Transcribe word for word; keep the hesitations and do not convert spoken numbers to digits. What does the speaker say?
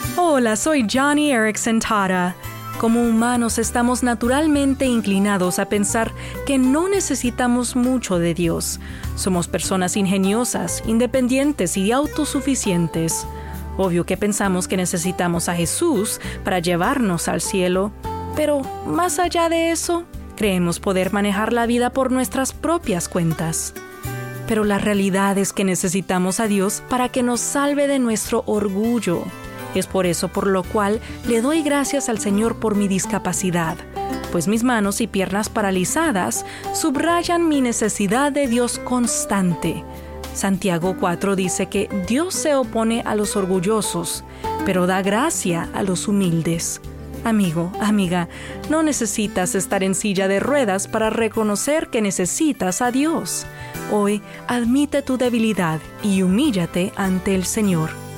Hola, soy Johnny Erickson Tara. Como humanos estamos naturalmente inclinados a pensar que no necesitamos mucho de Dios. Somos personas ingeniosas, independientes y autosuficientes. Obvio que pensamos que necesitamos a Jesús para llevarnos al cielo, pero más allá de eso, creemos poder manejar la vida por nuestras propias cuentas. Pero la realidad es que necesitamos a Dios para que nos salve de nuestro orgullo. Es por eso por lo cual le doy gracias al Señor por mi discapacidad, pues mis manos y piernas paralizadas subrayan mi necesidad de Dios constante. Santiago cuatro dice que Dios se opone a los orgullosos, pero da gracia a los humildes. Amigo, amiga, no necesitas estar en silla de ruedas para reconocer que necesitas a Dios. Hoy, admite tu debilidad y humíllate ante el Señor.